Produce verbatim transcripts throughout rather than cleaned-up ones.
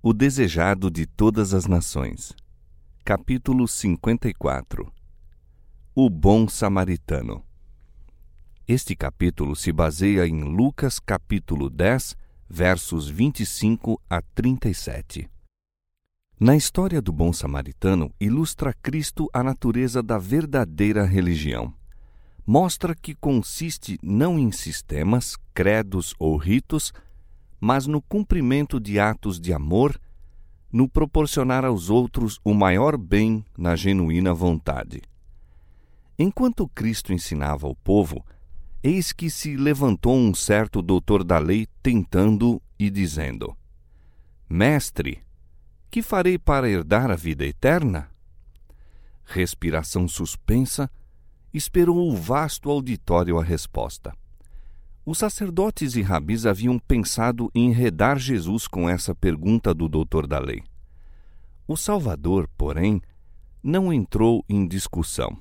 O desejado de todas as nações. Capítulo cinquenta e quatro. O bom samaritano. Este capítulo se baseia em Lucas capítulo dez, versos vinte e cinco a trinta e sete. Na história do bom samaritano, ilustra Cristo a natureza da verdadeira religião. Mostra que consiste não em sistemas, credos ou ritos, mas no cumprimento de atos de amor, no proporcionar aos outros o maior bem na genuína vontade. Enquanto Cristo ensinava ao povo, eis que se levantou um certo doutor da lei tentando e dizendo: Mestre, que farei para herdar a vida eterna? Respiração suspensa, esperou o vasto auditório a resposta. Os sacerdotes e rabis haviam pensado em enredar Jesus com essa pergunta do doutor da lei. O Salvador, porém, não entrou em discussão.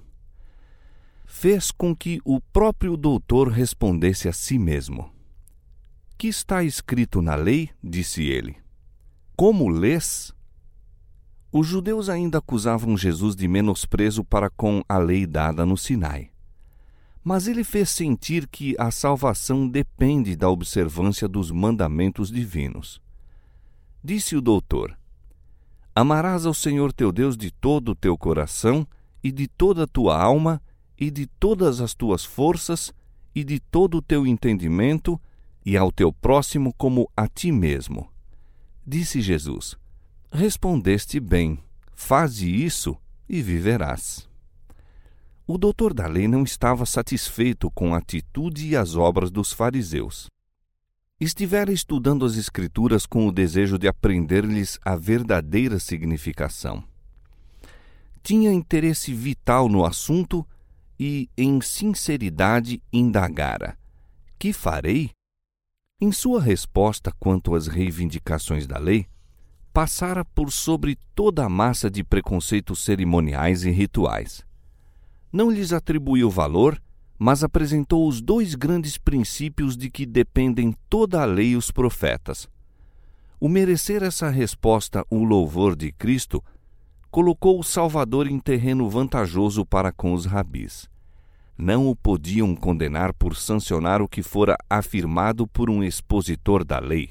Fez com que o próprio doutor respondesse a si mesmo. Que está escrito na lei? Disse ele. Como lês? Os judeus ainda acusavam Jesus de menosprezo para com a lei dada no Sinai. Mas ele fez sentir que a salvação depende da observância dos mandamentos divinos. Disse o doutor: Amarás ao Senhor teu Deus de todo o teu coração, e de toda a tua alma, e de todas as tuas forças, e de todo o teu entendimento, e ao teu próximo como a ti mesmo. Disse Jesus: Respondeste bem, faze isso e viverás. O doutor da lei não estava satisfeito com a atitude e as obras dos fariseus. Estivera estudando as Escrituras com o desejo de aprender-lhes a verdadeira significação. Tinha interesse vital no assunto e, em sinceridade, indagara: Que farei? Em sua resposta quanto às reivindicações da lei, passara por sobre toda a massa de preconceitos cerimoniais e rituais. Não lhes atribuiu valor, mas apresentou os dois grandes princípios de que dependem toda a lei e os profetas. O merecer essa resposta o louvor de Cristo colocou o Salvador em terreno vantajoso para com os rabis. Não o podiam condenar por sancionar o que fora afirmado por um expositor da lei.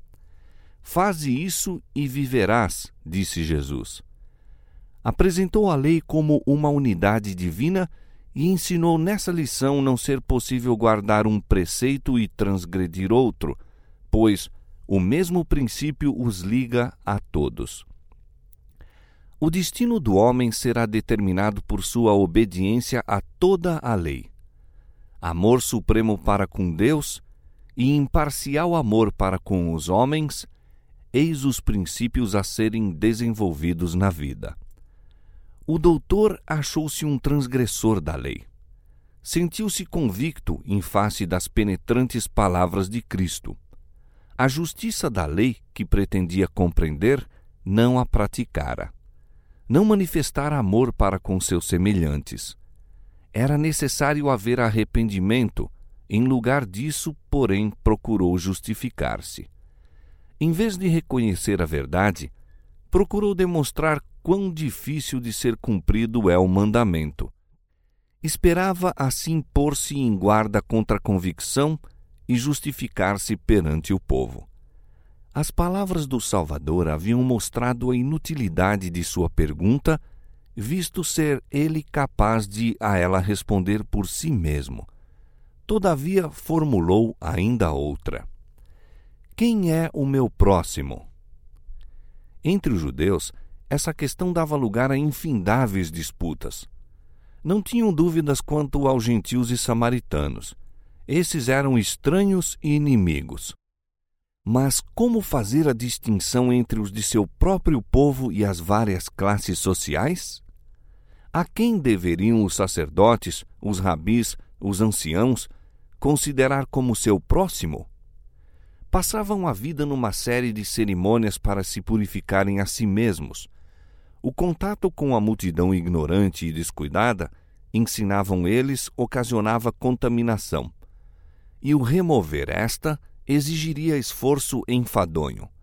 Faze isso e viverás, disse Jesus. Apresentou a lei como uma unidade divina e ensinou nessa lição não ser possível guardar um preceito e transgredir outro, pois o mesmo princípio os liga a todos. O destino do homem será determinado por sua obediência a toda a lei. Amor supremo para com Deus e imparcial amor para com os homens, eis os princípios a serem desenvolvidos na vida. O doutor achou-se um transgressor da lei. Sentiu-se convicto em face das penetrantes palavras de Cristo. A justiça da lei, que pretendia compreender, não a praticara. Não manifestara amor para com seus semelhantes. Era necessário haver arrependimento, em lugar disso, porém, procurou justificar-se. Em vez de reconhecer a verdade, procurou demonstrar quão difícil de ser cumprido é o mandamento. Esperava assim pôr-se em guarda contra a convicção e justificar-se perante o povo. As palavras do Salvador haviam mostrado a inutilidade de sua pergunta, visto ser ele capaz de a ela responder por si mesmo. Todavia formulou ainda outra: Quem é o meu próximo? Entre os judeus, essa questão dava lugar a infindáveis disputas. Não tinham dúvidas quanto aos gentios e samaritanos. Esses eram estranhos e inimigos. Mas como fazer a distinção entre os de seu próprio povo e as várias classes sociais? A quem deveriam os sacerdotes, os rabis, os anciãos, considerar como seu próximo? Passavam a vida numa série de cerimônias para se purificarem a si mesmos. O contato com a multidão ignorante e descuidada, ensinavam eles, ocasionava contaminação. E o remover esta exigiria esforço enfadonho.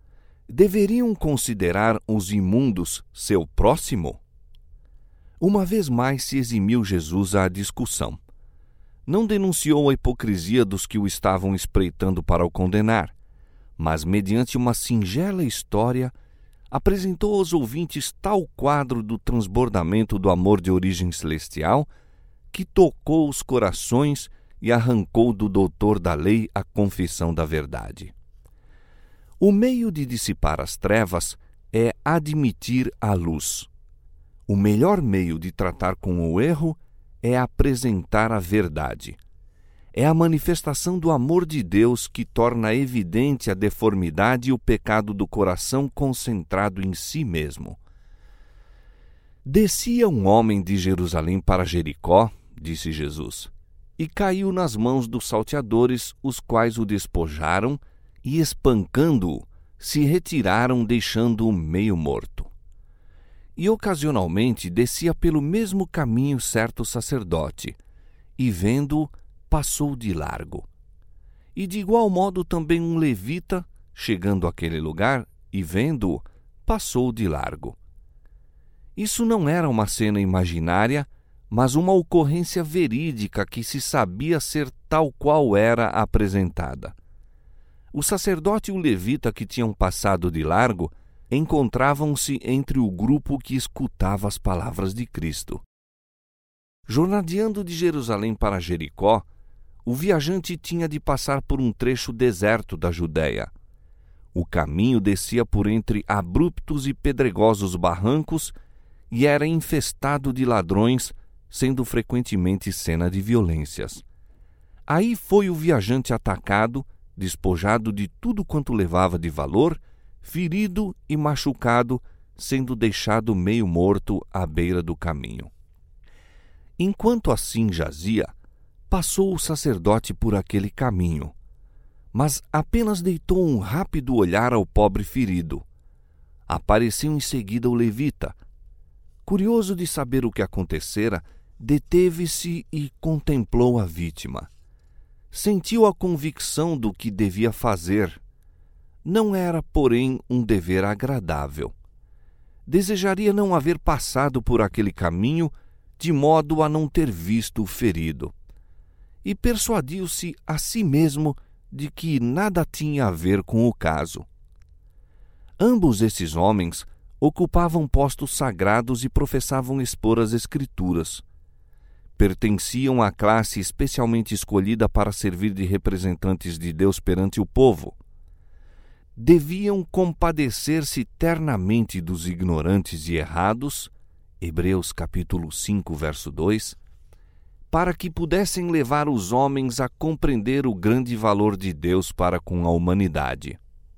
deveriam considerar os imundos seu próximo? Uma vez mais se eximiu Jesus à discussão. Não denunciou a hipocrisia dos que o estavam espreitando para o condenar, mas, mediante uma singela história, apresentou aos ouvintes tal quadro do transbordamento do amor de origem celestial que tocou os corações e arrancou do doutor da lei a confissão da verdade. O meio de dissipar as trevas é admitir a luz. O melhor meio de tratar com o erro é apresentar a verdade. É a manifestação do amor de Deus que torna evidente a deformidade e o pecado do coração concentrado em si mesmo. Descia um homem de Jerusalém para Jericó, disse Jesus, e caiu nas mãos dos salteadores, os quais o despojaram e, espancando-o, se retiraram, deixando-o meio morto. E ocasionalmente descia pelo mesmo caminho certo sacerdote, e vendo-o, passou de largo. E de igual modo também um levita, chegando àquele lugar e vendo-o, passou de largo. Isso não era uma cena imaginária, mas uma ocorrência verídica que se sabia ser tal qual era apresentada. O sacerdote e o levita que tinham passado de largo encontravam-se entre o grupo que escutava as palavras de Cristo. Jornadeando de Jerusalém para Jericó, o viajante tinha de passar por um trecho deserto da Judéia. O caminho descia por entre abruptos e pedregosos barrancos e era infestado de ladrões, sendo frequentemente cena de violências. Aí foi o viajante atacado, despojado de tudo quanto levava de valor, ferido e machucado, sendo deixado meio morto à beira do caminho. Enquanto assim jazia, passou o sacerdote por aquele caminho, mas apenas deitou um rápido olhar ao pobre ferido. Apareceu em seguida o levita. Curioso de saber o que acontecera, deteve-se e contemplou a vítima. Sentiu a convicção do que devia fazer. Não era, porém, um dever agradável. Desejaria não haver passado por aquele caminho, de modo a não ter visto o ferido. E persuadiu-se a si mesmo de que nada tinha a ver com o caso. Ambos esses homens ocupavam postos sagrados e professavam expor as Escrituras. Pertenciam à classe especialmente escolhida para servir de representantes de Deus perante o povo. Deviam compadecer-se ternamente dos ignorantes e errados, Hebreus capítulo cinco, verso dois, para que pudessem levar os homens a compreender o grande valor de Deus para com a humanidade.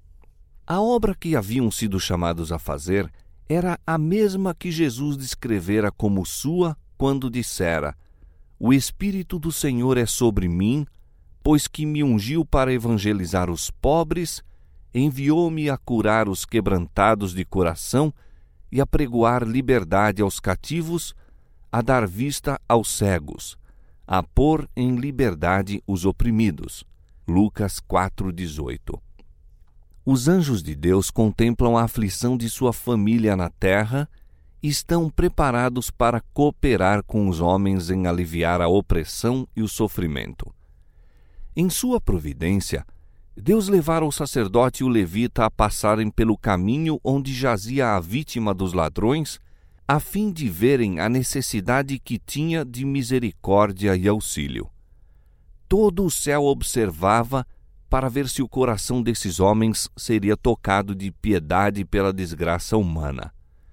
A obra que haviam sido chamados a fazer era a mesma que Jesus descrevera como sua quando dissera: "O Espírito do Senhor é sobre mim, pois que me ungiu para evangelizar os pobres, enviou-me a curar os quebrantados de coração e a pregoar liberdade aos cativos, a dar vista aos cegos, a pôr em liberdade os oprimidos." Lucas quatro, dezoito. Os anjos de Deus contemplam a aflição de sua família na terra e estão preparados para cooperar com os homens em aliviar a opressão e o sofrimento. Em sua providência, Deus levara o sacerdote e o levita a passarem pelo caminho onde jazia a vítima dos ladrões, a fim de verem a necessidade que tinha de misericórdia e auxílio. Todo o céu observava para ver se o coração desses homens seria tocado de piedade pela desgraça humana.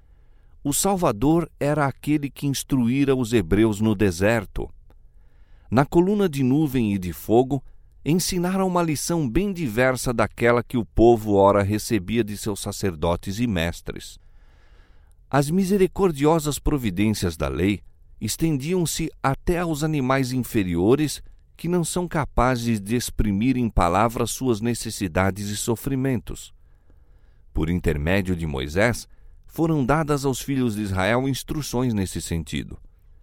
O Salvador era aquele que instruíra os hebreus no deserto. Na coluna de nuvem e de fogo, ensinaram uma lição bem diversa daquela que o povo ora recebia de seus sacerdotes e mestres. As misericordiosas providências da lei estendiam-se até aos animais inferiores que não são capazes de exprimir em palavras suas necessidades e sofrimentos. Por intermédio de Moisés, foram dadas aos filhos de Israel instruções nesse sentido.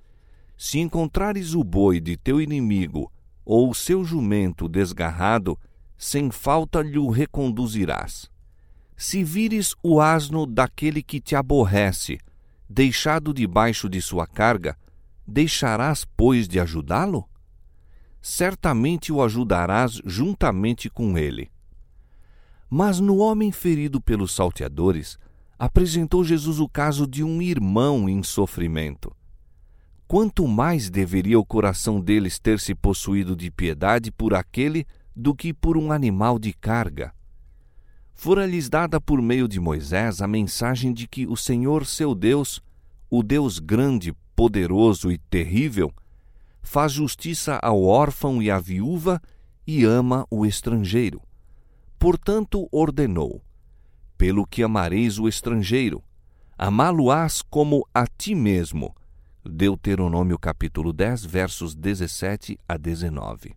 Se encontrares o boi de teu inimigo ou o seu jumento desgarrado, sem falta lhe o reconduzirás. Se vires o asno daquele que te aborrece, deixado debaixo de sua carga, deixarás, pois, de ajudá-lo? Certamente o ajudarás juntamente com ele. Mas no homem ferido pelos salteadores, apresentou Jesus o caso de um irmão em sofrimento. Quanto mais deveria o coração deles ter se possuído de piedade por aquele do que por um animal de carga? Fora-lhes dada por meio de Moisés a mensagem de que o Senhor seu Deus, o Deus grande, poderoso e terrível, faz justiça ao órfão e à viúva e ama o estrangeiro. Portanto, ordenou: pelo que amareis o estrangeiro, amá-lo-ás como a ti mesmo. Deuteronômio capítulo dez, versos dezessete a dezenove.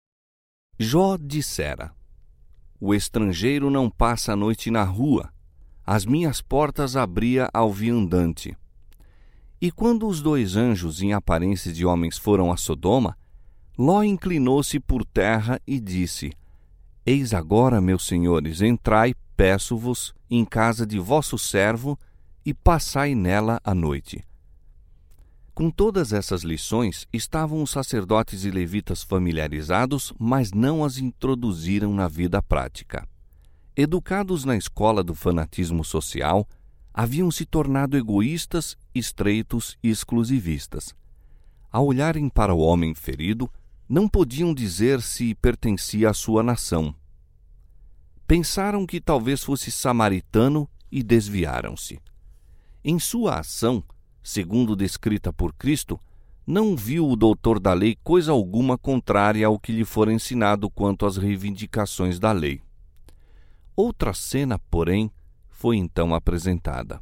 Jó dissera: o estrangeiro não passa a noite na rua, as minhas portas abria ao viandante. E quando os dois anjos em aparência de homens foram a Sodoma, Ló inclinou-se por terra e disse: Eis agora, meus senhores, entrai, peço-vos, em casa de vosso servo, e passai nela a noite. Com todas essas lições estavam os sacerdotes e levitas familiarizados, mas não as introduziram na vida prática. Educados na escola do fanatismo social, haviam se tornado egoístas, estreitos e exclusivistas. Ao olharem para o homem ferido, não podiam dizer se pertencia à sua nação. Pensaram que talvez fosse samaritano e desviaram-se. Em sua ação, segundo descrita por Cristo, não viu o doutor da lei coisa alguma contrária ao que lhe fora ensinado quanto às reivindicações da lei. Outra cena, porém, foi então apresentada.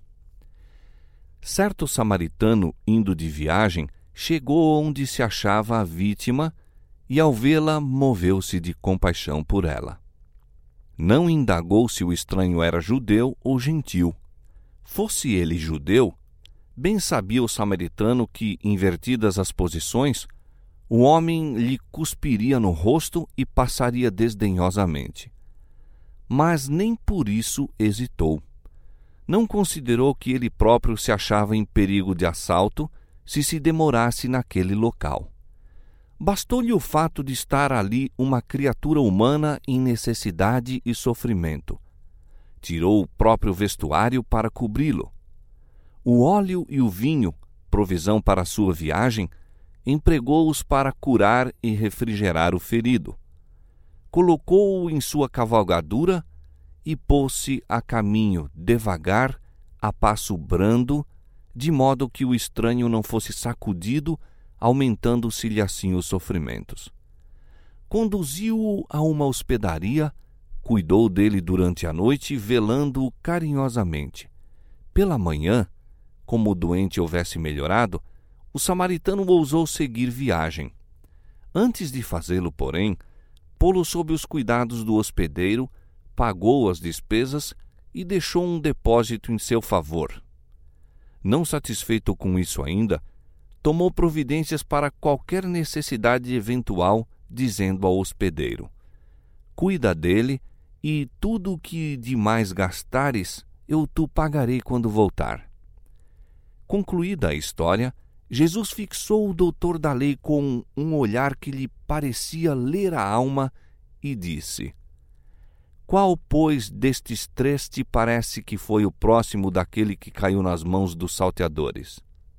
Certo samaritano, indo de viagem, chegou onde se achava a vítima e, ao vê-la, moveu-se de compaixão por ela. Não indagou se o estranho era judeu ou gentil. Fosse ele judeu, bem sabia o samaritano que, invertidas as posições, o homem lhe cuspiria no rosto e passaria desdenhosamente. Mas nem por isso hesitou. Não considerou que ele próprio se achava em perigo de assalto se se demorasse naquele local. Bastou-lhe o fato de estar ali uma criatura humana em necessidade e sofrimento. Tirou o próprio vestuário para cobri-lo. O óleo e o vinho, provisão para a sua viagem, empregou-os para curar e refrigerar o ferido. Colocou-o em sua cavalgadura e pôs-se a caminho devagar, a passo brando, de modo que o estranho não fosse sacudido, aumentando-se-lhe assim os sofrimentos. Conduziu-o a uma hospedaria, cuidou dele durante a noite, velando-o carinhosamente. Pela manhã, como o doente houvesse melhorado, o samaritano ousou seguir viagem. Antes de fazê-lo, porém, pô-lo sob os cuidados do hospedeiro, pagou as despesas e deixou um depósito em seu favor. Não satisfeito com isso ainda, tomou providências para qualquer necessidade eventual, dizendo ao hospedeiro: cuida dele, e tudo o que de mais gastares, eu tu pagarei quando voltar. Concluída a história, Jesus fixou o doutor da lei com um olhar que lhe parecia ler a alma e disse: Qual, pois, destes três te parece que foi o próximo daquele que caiu nas mãos dos salteadores?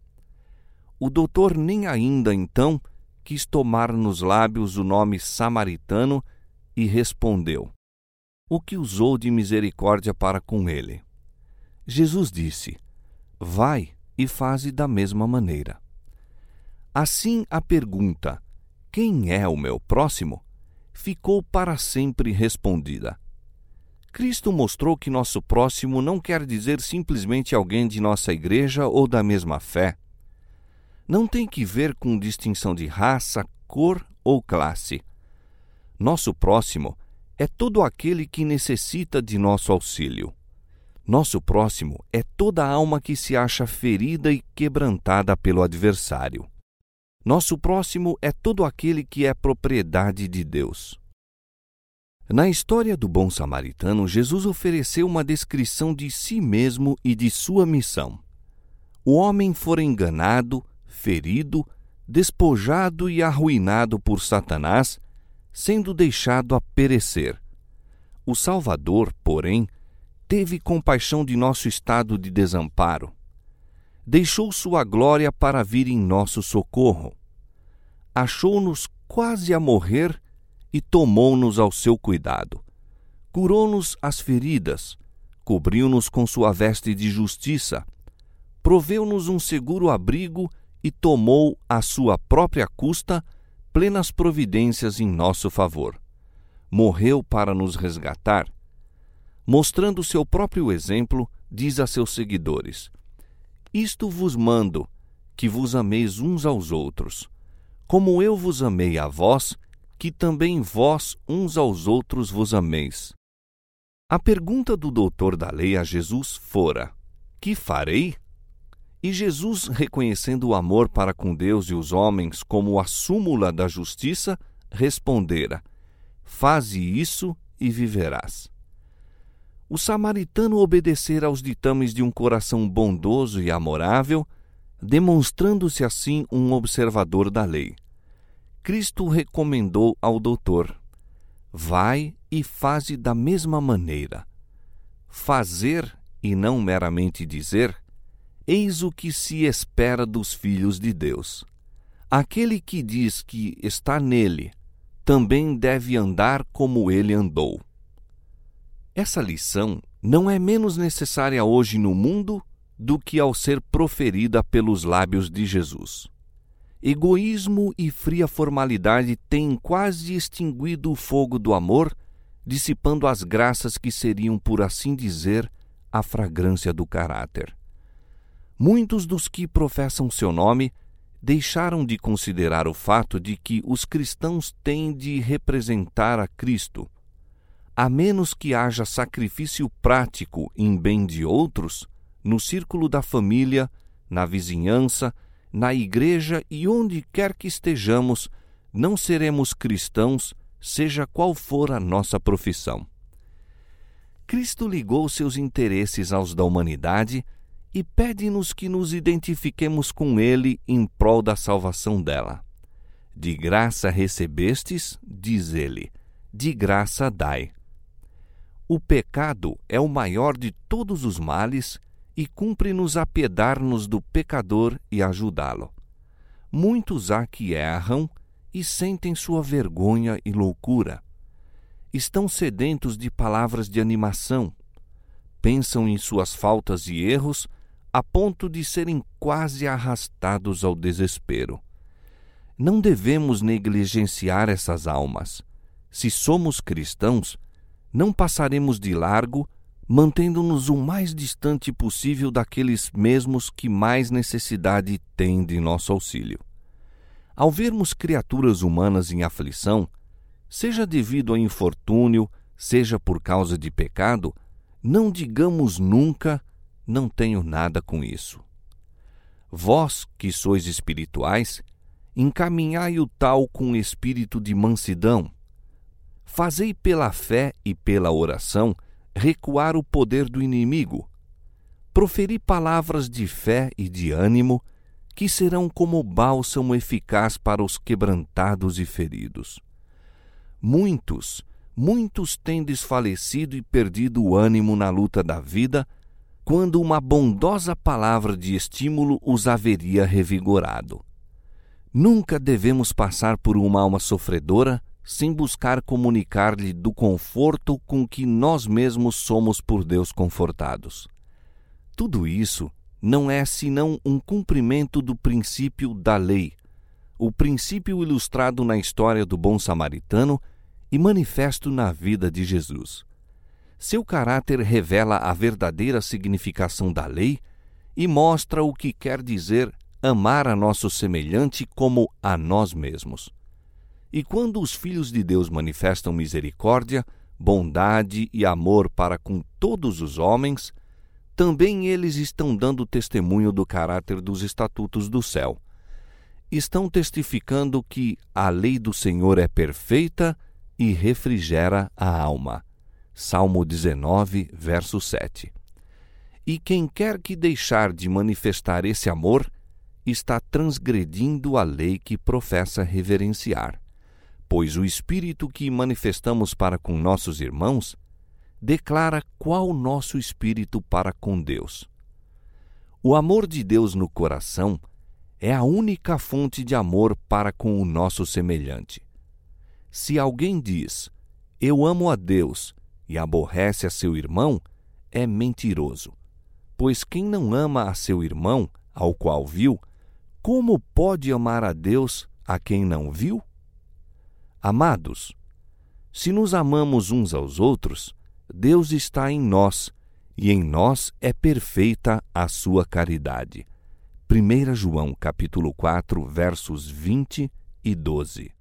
O doutor nem ainda, então, quis tomar nos lábios o nome samaritano e respondeu: O que usou de misericórdia para com ele? Jesus disse: Vai e faze da mesma maneira. Assim a pergunta: quem é o meu próximo? Ficou para sempre respondida. Cristo mostrou que nosso próximo não quer dizer simplesmente alguém de nossa igreja ou da mesma fé. Não tem que ver com distinção de raça, cor ou classe. Nosso próximo é todo aquele que necessita de nosso auxílio. Nosso próximo é toda a alma que se acha ferida e quebrantada pelo adversário. Nosso próximo é todo aquele que é propriedade de Deus. Na história do bom samaritano, Jesus ofereceu uma descrição de si mesmo e de sua missão. O homem fora enganado, ferido, despojado e arruinado por Satanás, sendo deixado a perecer. O Salvador, porém, teve compaixão de nosso estado de desamparo. Deixou sua glória para vir em nosso socorro. Achou-nos quase a morrer e tomou-nos ao seu cuidado. Curou-nos as feridas, cobriu-nos com sua veste de justiça, proveu-nos um seguro abrigo e tomou à sua própria custa plenas providências em nosso favor. Morreu para nos resgatar. Mostrando seu próprio exemplo, diz a seus seguidores: Isto vos mando, que vos ameis uns aos outros. Como eu vos amei a vós, que também vós uns aos outros vos ameis. A pergunta do doutor da lei a Jesus fora: Que farei? E Jesus, reconhecendo o amor para com Deus e os homens como a súmula da justiça, respondera: Faze isso e viverás. O samaritano obedecera aos ditames de um coração bondoso e amorável, demonstrando-se assim um observador da lei. Cristo recomendou ao doutor: Vai e faze da mesma maneira. Fazer, e não meramente dizer, eis o que se espera dos filhos de Deus. Aquele que diz que está nele, também deve andar como ele andou. Essa lição não é menos necessária hoje no mundo do que ao ser proferida pelos lábios de Jesus. Egoísmo e fria formalidade têm quase extinguido o fogo do amor, dissipando as graças que seriam, por assim dizer, a fragrância do caráter. Muitos dos que professam seu nome deixaram de considerar o fato de que os cristãos têm de representar a Cristo. A menos que haja sacrifício prático em bem de outros, no círculo da família, na vizinhança, na igreja e onde quer que estejamos, não seremos cristãos, seja qual for a nossa profissão. Cristo ligou seus interesses aos da humanidade e pede-nos que nos identifiquemos com Ele em prol da salvação dela. De graça recebestes, diz Ele, de graça dai. O pecado é o maior de todos os males e cumpre-nos apiedar-nos do pecador e ajudá-lo. Muitos há que erram e sentem sua vergonha e loucura. Estão sedentos de palavras de animação. Pensam em suas faltas e erros a ponto de serem quase arrastados ao desespero. Não devemos negligenciar essas almas. Se somos cristãos, não passaremos de largo, mantendo-nos o mais distante possível daqueles mesmos que mais necessidade têm de nosso auxílio. Ao vermos criaturas humanas em aflição, seja devido a infortúnio, seja por causa de pecado, não digamos nunca: não tenho nada com isso. Vós, que sois espirituais, encaminhai o tal com espírito de mansidão. Fazei pela fé e pela oração recuar o poder do inimigo. Proferi palavras de fé e de ânimo, que serão como bálsamo eficaz para os quebrantados e feridos. Muitos, muitos têm desfalecido e perdido o ânimo na luta da vida, quando uma bondosa palavra de estímulo os haveria revigorado. Nunca devemos passar por uma alma sofredora sem buscar comunicar-lhe do conforto com que nós mesmos somos por Deus confortados. Tudo isso não é senão um cumprimento do princípio da lei, o princípio ilustrado na história do bom samaritano e manifesto na vida de Jesus. Seu caráter revela a verdadeira significação da lei e mostra o que quer dizer amar a nosso semelhante como a nós mesmos. E quando os filhos de Deus manifestam misericórdia, bondade e amor para com todos os homens, também eles estão dando testemunho do caráter dos estatutos do céu. Estão testificando que a lei do Senhor é perfeita e refrigera a alma. Salmo dezenove, verso sete. E quem quer que deixar de manifestar esse amor, está transgredindo a lei que professa reverenciar, pois o espírito que manifestamos para com nossos irmãos declara qual nosso espírito para com Deus. O amor de Deus no coração é a única fonte de amor para com o nosso semelhante. Se alguém diz, eu amo a Deus, e aborrece a seu irmão, é mentiroso. Pois quem não ama a seu irmão, ao qual viu, como pode amar a Deus a quem não viu? Amados, se nos amamos uns aos outros, Deus está em nós, e em nós é perfeita a sua caridade. primeira João capítulo quatro, versos vinte e doze.